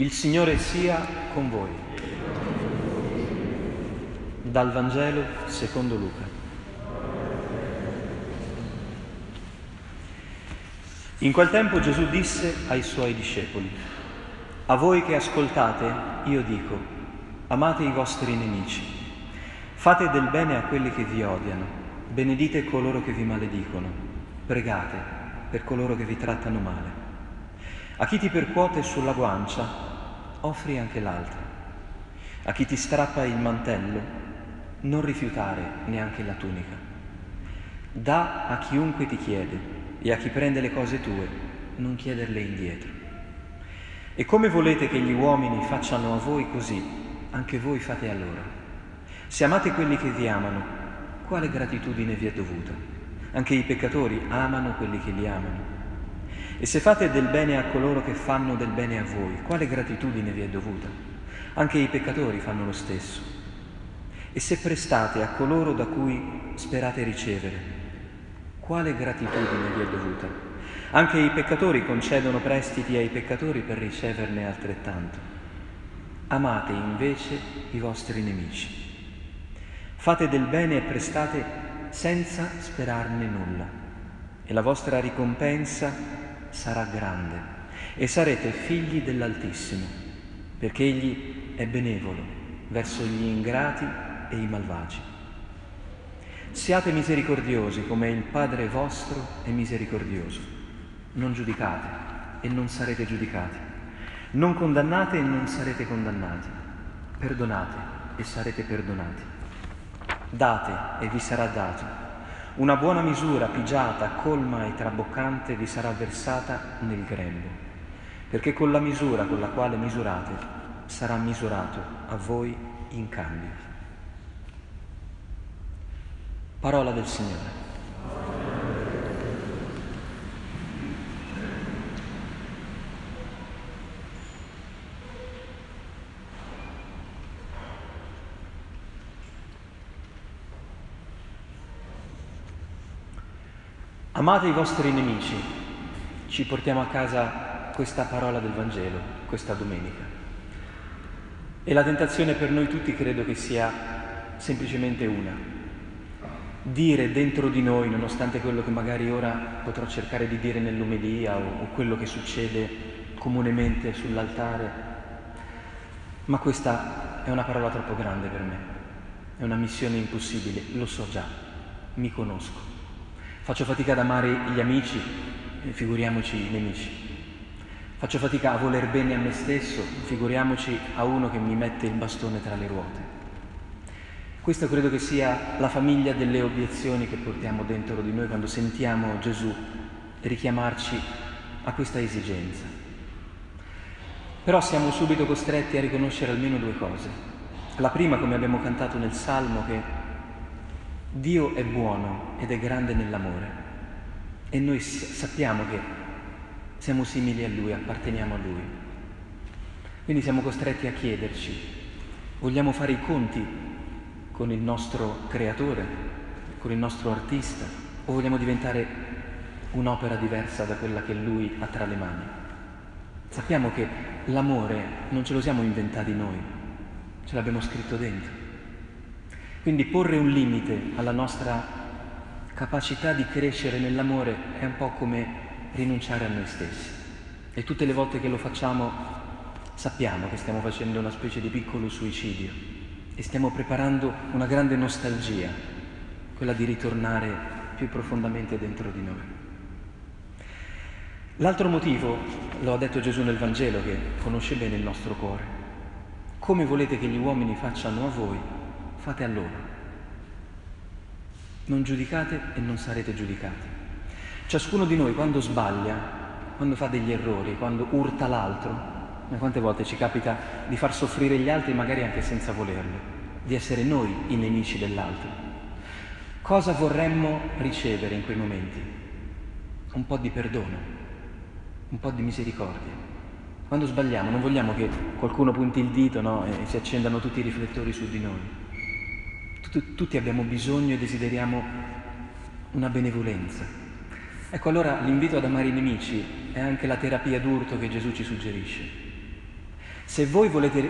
Il Signore sia con voi. Dal Vangelo secondo Luca. In quel tempo Gesù disse ai suoi discepoli: a voi che ascoltate, io dico, amate i vostri nemici, fate del bene a quelli che vi odiano, benedite coloro che vi maledicono, pregate per coloro che vi trattano male. A chi ti percuote sulla guancia, offri anche l'altra. A chi ti strappa il mantello, non rifiutare neanche la tunica. Dà a chiunque ti chiede e a chi prende le cose tue, non chiederle indietro. E come volete che gli uomini facciano a voi così, anche voi fate a loro. Se amate quelli che vi amano, quale gratitudine vi è dovuta? Anche i peccatori amano quelli che li amano. E se fate del bene a coloro che fanno del bene a voi, quale gratitudine vi è dovuta? Anche i peccatori fanno lo stesso. E se prestate a coloro da cui sperate ricevere, quale gratitudine vi è dovuta? Anche i peccatori concedono prestiti ai peccatori per riceverne altrettanto. Amate invece i vostri nemici. Fate del bene e prestate senza sperarne nulla, e la vostra ricompensa sarà grande, e sarete figli dell'Altissimo, perché Egli è benevolo verso gli ingrati e i malvagi. Siate misericordiosi come il Padre vostro è misericordioso. Non giudicate e non sarete giudicati. Non condannate e non sarete condannati. Perdonate e sarete perdonati. Date e vi sarà dato. Una buona misura, pigiata, colma e traboccante vi sarà versata nel grembo, perché con la misura con la quale misurate sarà misurato a voi in cambio. Parola del Signore. Amate i vostri nemici, ci portiamo a casa questa parola del Vangelo, questa domenica. E la tentazione per noi tutti credo che sia semplicemente una. Dire dentro di noi, nonostante quello che magari ora potrò cercare di dire nell'omelia o quello che succede comunemente sull'altare, ma questa è una parola troppo grande per me, è una missione impossibile, lo so già, mi conosco. Faccio fatica ad amare gli amici, figuriamoci i nemici. Faccio fatica a voler bene a me stesso, figuriamoci a uno che mi mette il bastone tra le ruote. Questa credo che sia la famiglia delle obiezioni che portiamo dentro di noi quando sentiamo Gesù richiamarci a questa esigenza. Però siamo subito costretti a riconoscere almeno due cose. La prima, come abbiamo cantato nel Salmo, che Dio è buono ed è grande nell'amore e noi sappiamo che siamo simili a Lui, apparteniamo a Lui. Quindi siamo costretti a chiederci, vogliamo fare i conti con il nostro creatore, con il nostro artista, o vogliamo diventare un'opera diversa da quella che Lui ha tra le mani? Sappiamo che l'amore non ce lo siamo inventati noi, ce l'abbiamo scritto dentro. Quindi porre un limite alla nostra capacità di crescere nell'amore è un po' come rinunciare a noi stessi. E tutte le volte che lo facciamo sappiamo che stiamo facendo una specie di piccolo suicidio e stiamo preparando una grande nostalgia, quella di ritornare più profondamente dentro di noi. L'altro motivo, lo ha detto Gesù nel Vangelo, che conosce bene il nostro cuore. Come volete che gli uomini facciano a voi, fate a loro. Non giudicate e non sarete giudicati. Ciascuno di noi quando sbaglia, quando fa degli errori, quando urta l'altro, ma quante volte ci capita di far soffrire gli altri magari anche senza volerlo, di essere noi i nemici dell'altro. Cosa vorremmo ricevere in quei momenti? Un po' di perdono, un po' di misericordia. Quando sbagliamo non vogliamo che qualcuno punti il dito, no, e si accendano tutti i riflettori su di noi. Tutti abbiamo bisogno e desideriamo una benevolenza. Ecco, allora l'invito ad amare i nemici è anche la terapia d'urto che Gesù ci suggerisce. Se voi volete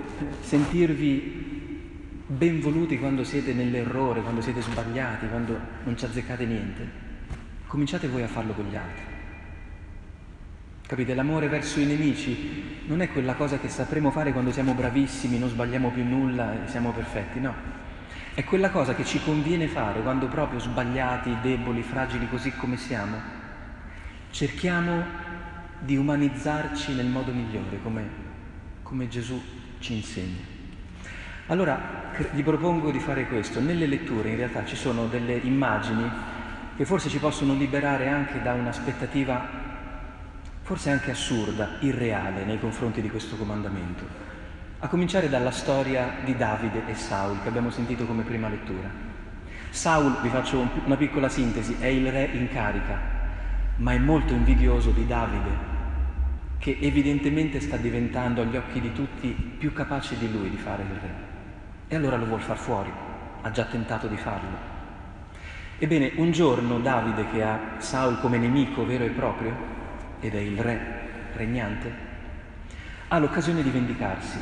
sentirvi benvoluti quando siete nell'errore, quando siete sbagliati, quando non ci azzeccate niente, cominciate voi a farlo con gli altri. Capite? L'amore verso i nemici non è quella cosa che sapremo fare quando siamo bravissimi, non sbagliamo più nulla e siamo perfetti, no. È quella cosa che ci conviene fare quando proprio sbagliati, deboli, fragili così come siamo, cerchiamo di umanizzarci nel modo migliore, come Gesù ci insegna. Allora vi propongo di fare questo. Nelle letture in realtà ci sono delle immagini che forse ci possono liberare anche da un'aspettativa forse anche assurda, irreale nei confronti di questo comandamento. A cominciare dalla storia di Davide e Saul, che abbiamo sentito come prima lettura. Saul, vi faccio una piccola sintesi, è il re in carica, ma è molto invidioso di Davide, che evidentemente sta diventando agli occhi di tutti più capace di lui di fare il re. E allora lo vuol far fuori, ha già tentato di farlo. Ebbene, un giorno Davide, che ha Saul come nemico vero e proprio, ed è il re regnante, ha l'occasione di vendicarsi.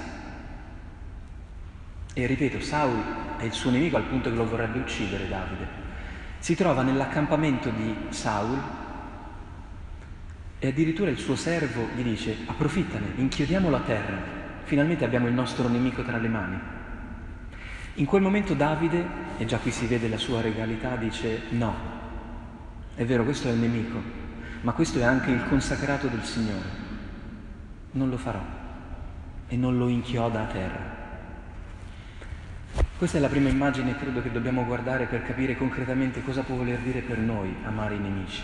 E ripeto, Saul è il suo nemico al punto che lo vorrebbe uccidere Davide. Si trova nell'accampamento di Saul e addirittura il suo servo gli dice: approfittane, inchiodiamolo a terra, finalmente abbiamo il nostro nemico tra le mani. In quel momento Davide, e già qui si vede la sua regalità, dice: no, è vero, questo è il nemico, ma questo è anche il consacrato del Signore. Non lo farò e non lo inchioda a terra. Questa è la prima immagine, credo, che dobbiamo guardare per capire concretamente cosa può voler dire per noi amare i nemici.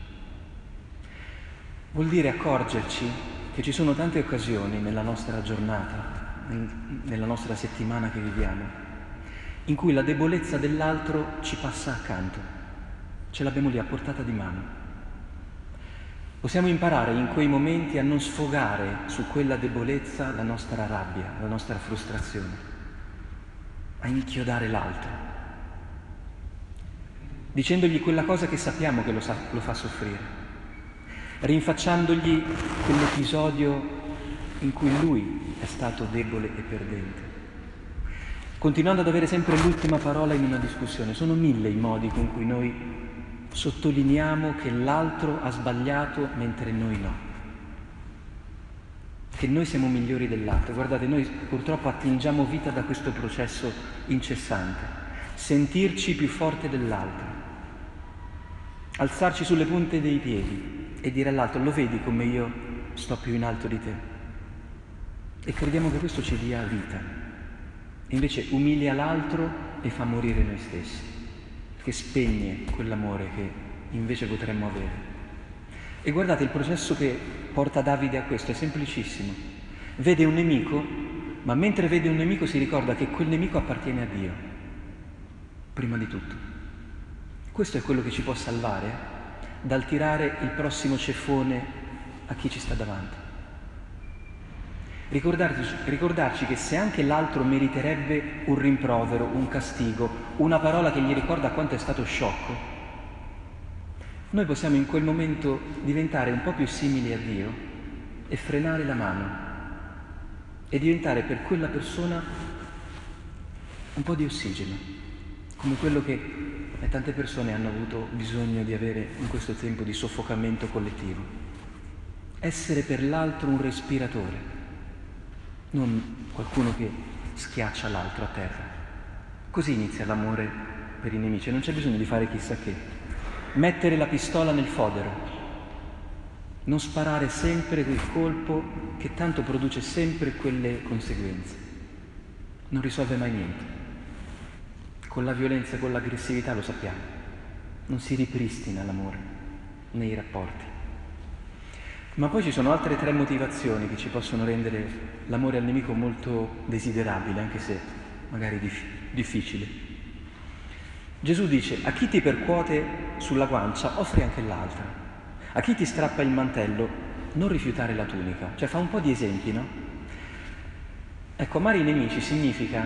Vuol dire accorgerci che ci sono tante occasioni nella nostra giornata, nella nostra settimana che viviamo, in cui la debolezza dell'altro ci passa accanto, ce l'abbiamo lì a portata di mano. Possiamo imparare in quei momenti a non sfogare su quella debolezza la nostra rabbia, la nostra frustrazione, a inchiodare l'altro, dicendogli quella cosa che sappiamo che lo fa soffrire, rinfacciandogli quell'episodio in cui lui è stato debole e perdente, continuando ad avere sempre l'ultima parola in una discussione. Sono 1000 i modi con cui noi sottolineiamo che l'altro ha sbagliato mentre noi no, che noi siamo migliori dell'altro. Guardate, noi purtroppo attingiamo vita da questo processo incessante, sentirci più forte dell'altro, alzarci sulle punte dei piedi e dire all'altro: lo vedi come io sto più in alto di te? E crediamo che questo ci dia vita, e invece umilia l'altro e fa morire noi stessi, che spegne quell'amore che invece potremmo avere. E guardate, il processo che porta Davide a questo è semplicissimo. Vede un nemico, ma mentre vede un nemico si ricorda che quel nemico appartiene a Dio, prima di tutto. Questo è quello che ci può salvare dal tirare il prossimo ceffone a chi ci sta davanti. Ricordarci che se anche l'altro meriterebbe un rimprovero, un castigo, una parola che gli ricorda quanto è stato sciocco, noi possiamo in quel momento diventare un po' più simili a Dio e frenare la mano e diventare per quella persona un po' di ossigeno, come quello che tante persone hanno avuto bisogno di avere in questo tempo di soffocamento collettivo. Essere per l'altro un respiratore, non qualcuno che schiaccia l'altro a terra. Così inizia l'amore per i nemici, non c'è bisogno di fare chissà che. Mettere la pistola nel fodero, non sparare sempre quel colpo che tanto produce sempre quelle conseguenze, non risolve mai niente. Con la violenza e con l'aggressività, lo sappiamo, non si ripristina l'amore nei rapporti. Ma poi ci sono altre 3 motivazioni che ci possono rendere l'amore al nemico molto desiderabile, anche se magari difficile. Gesù dice: a chi ti percuote sulla guancia, offri anche l'altra. A chi ti strappa il mantello, non rifiutare la tunica. Cioè fa un po' di esempi, no? Ecco, amare i nemici significa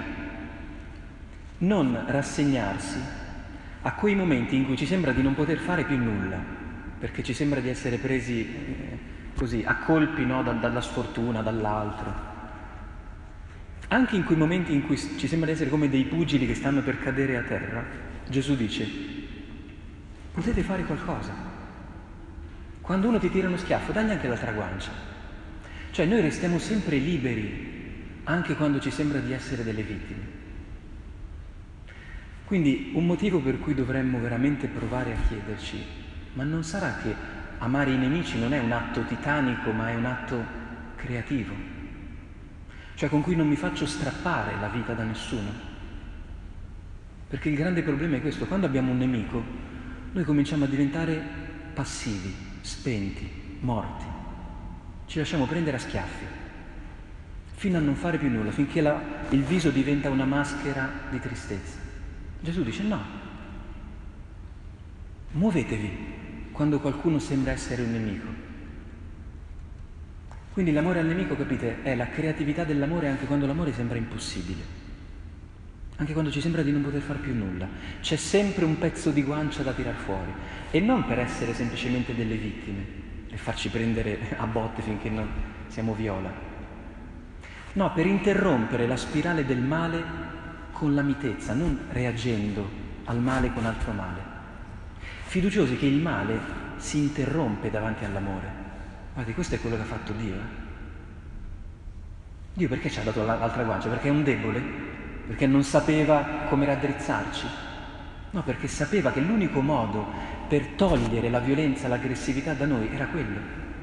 non rassegnarsi a quei momenti in cui ci sembra di non poter fare più nulla, perché ci sembra di essere presi così, a colpi, no, dalla sfortuna, dall'altro, Anche in quei momenti in cui ci sembra di essere come dei pugili che stanno per cadere a terra, Gesù dice: potete fare qualcosa. Quando uno ti tira uno schiaffo, dagli anche l'altra guancia. Cioè noi restiamo sempre liberi, anche quando ci sembra di essere delle vittime. Quindi un motivo per cui dovremmo veramente provare a chiederci: ma non sarà che amare i nemici non è un atto titanico, ma è un atto creativo? Cioè con cui non mi faccio strappare la vita da nessuno. Perché il grande problema è questo: quando abbiamo un nemico, noi cominciamo a diventare passivi, spenti, morti. Ci lasciamo prendere a schiaffi, fino a non fare più nulla, finché il viso diventa una maschera di tristezza. Gesù dice: no, muovetevi quando qualcuno sembra essere un nemico. Quindi l'amore al nemico, capite, è la creatività dell'amore anche quando l'amore sembra impossibile, anche quando ci sembra di non poter far più nulla. C'è sempre un pezzo di guancia da tirar fuori, e non per essere semplicemente delle vittime e farci prendere a botte finché non siamo viola. No, per interrompere la spirale del male con la mitezza, non reagendo al male con altro male. Fiduciosi che il male si interrompe davanti all'amore. Guardi, questo è quello che ha fatto Dio. Dio perché ci ha dato l'altra guancia? Perché è un debole? Perché non sapeva come raddrizzarci? No, perché sapeva che l'unico modo per togliere la violenza, l'aggressività da noi era quello.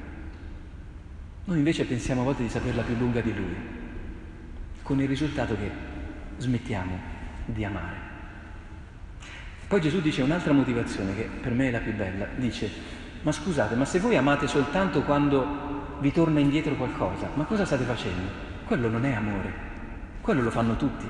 Noi invece pensiamo a volte di saperla più lunga di Lui, con il risultato che smettiamo di amare. Poi Gesù dice un'altra motivazione che per me è la più bella. Dice: ma scusate, ma se voi amate soltanto quando vi torna indietro qualcosa, ma cosa state facendo? Quello non è amore, quello lo fanno tutti.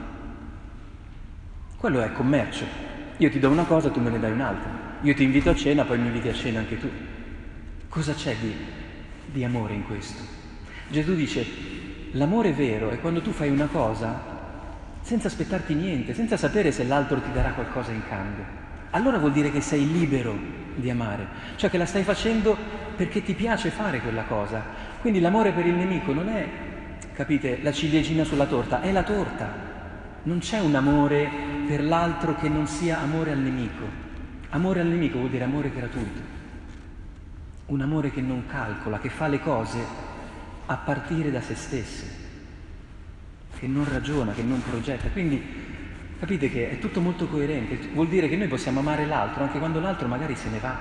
Quello è commercio. Io ti do una cosa, tu me ne dai un'altra. Io ti invito a cena, poi mi inviti a cena anche tu. Cosa c'è di amore in questo? Gesù dice: l'amore vero è quando tu fai una cosa senza aspettarti niente, senza sapere se l'altro ti darà qualcosa in cambio. Allora vuol dire che sei libero di amare, cioè che la stai facendo perché ti piace fare quella cosa. Quindi l'amore per il nemico non è, capite, la ciliegina sulla torta, è la torta. Non c'è un amore per l'altro che non sia amore al nemico. Amore al nemico vuol dire amore gratuito, un amore che non calcola, che fa le cose a partire da se stesse, che non ragiona, che non progetta. Quindi capite che è tutto molto coerente. Vuol dire che noi possiamo amare l'altro anche quando l'altro magari se ne va,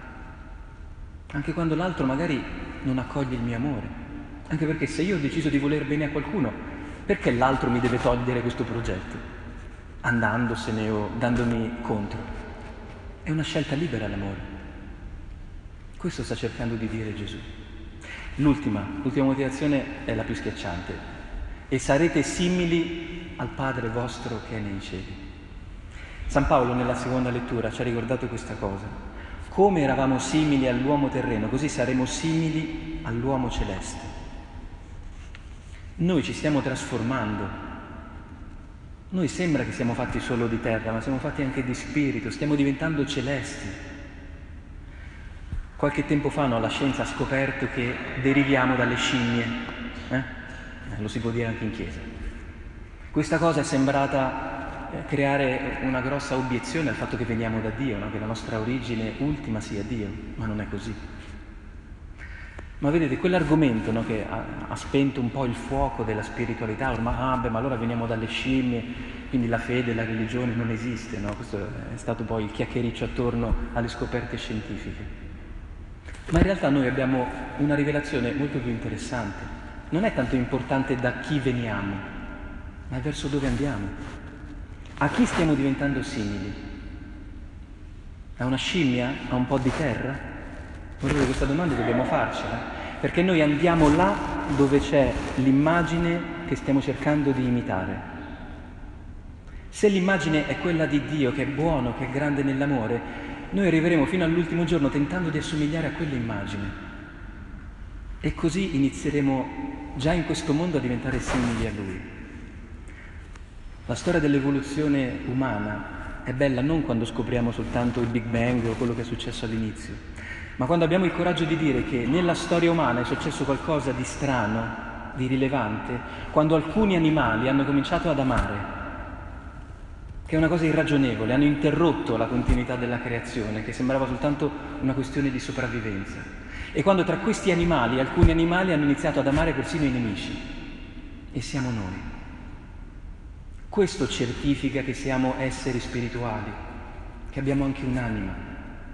anche quando l'altro magari non accoglie il mio amore. Anche perché se io ho deciso di voler bene a qualcuno, perché l'altro mi deve togliere questo progetto, andandosene o dandomi contro? È una scelta libera l'amore. Questo sta cercando di dire Gesù. L'ultima motivazione è la più schiacciante: e sarete simili al Padre vostro che è nei cieli. San Paolo nella seconda lettura ci ha ricordato questa cosa: come eravamo simili all'uomo terreno, così saremo simili all'uomo celeste. Noi ci stiamo trasformando. Noi sembra che siamo fatti solo di terra, ma siamo fatti anche di spirito, stiamo diventando celesti. Qualche tempo fa la scienza ha scoperto che deriviamo dalle scimmie. Lo si può dire anche in chiesa. Questa cosa è sembrata creare una grossa obiezione al fatto che veniamo da Dio, no? Che la nostra origine ultima sia Dio, ma non è così. Ma vedete, quell'argomento, no, che ha spento un po' il fuoco della spiritualità, ormai, ma allora veniamo dalle scimmie, quindi la fede, la religione non esiste, no? Questo è stato poi il chiacchiericcio attorno alle scoperte scientifiche. Ma in realtà noi abbiamo una rivelazione molto più interessante. Non è tanto importante da chi veniamo, ma è verso dove andiamo. A chi stiamo diventando simili? A una scimmia? A un po' di terra? Guardate, questa domanda dobbiamo farcela, perché noi andiamo là dove c'è l'immagine che stiamo cercando di imitare. Se l'immagine è quella di Dio, che è buono, che è grande nell'amore, noi arriveremo fino all'ultimo giorno tentando di assomigliare a quell'immagine. E così inizieremo già in questo mondo a diventare simili a Lui. La storia dell'evoluzione umana è bella non quando scopriamo soltanto il Big Bang o quello che è successo all'inizio, ma quando abbiamo il coraggio di dire che nella storia umana è successo qualcosa di strano di rilevante quando alcuni animali hanno cominciato ad amare, che è una cosa irragionevole, hanno interrotto la continuità della creazione, che sembrava soltanto una questione di sopravvivenza. E quando tra questi animali, alcuni animali hanno iniziato ad amare persino i nemici, e siamo noi. Questo certifica che siamo esseri spirituali, che abbiamo anche un'anima.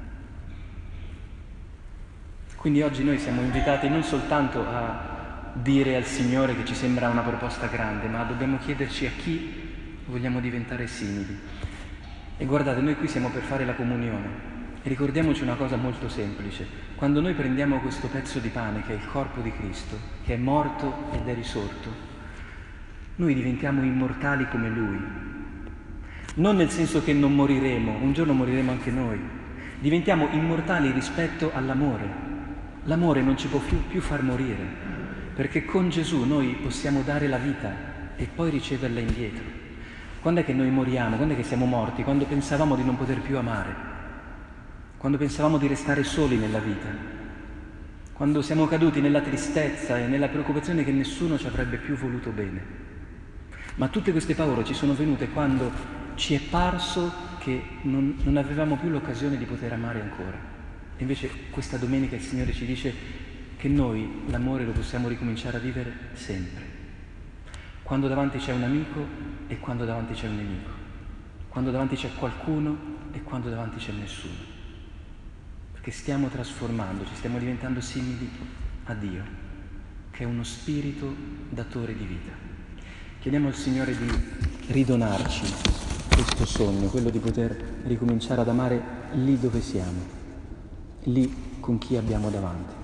Quindi oggi noi siamo invitati non soltanto a dire al Signore che ci sembra una proposta grande, ma dobbiamo chiederci a chi vogliamo diventare simili. E guardate, noi qui siamo per fare la comunione. E ricordiamoci una cosa molto semplice. Quando noi prendiamo questo pezzo di pane, che è il corpo di Cristo, che è morto ed è risorto, noi diventiamo immortali come Lui. Non nel senso che non moriremo, un giorno moriremo anche noi. Diventiamo immortali rispetto all'amore. L'amore non ci può più far morire, perché con Gesù noi possiamo dare la vita e poi riceverla indietro. Quando è che noi moriamo? Quando è che siamo morti? Quando pensavamo di non poter più amare, quando pensavamo di restare soli nella vita, quando siamo caduti nella tristezza e nella preoccupazione che nessuno ci avrebbe più voluto bene. Ma tutte queste paure ci sono venute quando ci è parso che non avevamo più l'occasione di poter amare ancora. E invece questa domenica il Signore ci dice che noi l'amore lo possiamo ricominciare a vivere sempre. Quando davanti c'è un amico e quando davanti c'è un nemico. Quando davanti c'è qualcuno e quando davanti c'è nessuno. Perché stiamo trasformandoci, stiamo diventando simili a Dio, che è uno spirito datore di vita. Chiediamo al Signore di ridonarci questo sogno, quello di poter ricominciare ad amare lì dove siamo, lì con chi abbiamo davanti.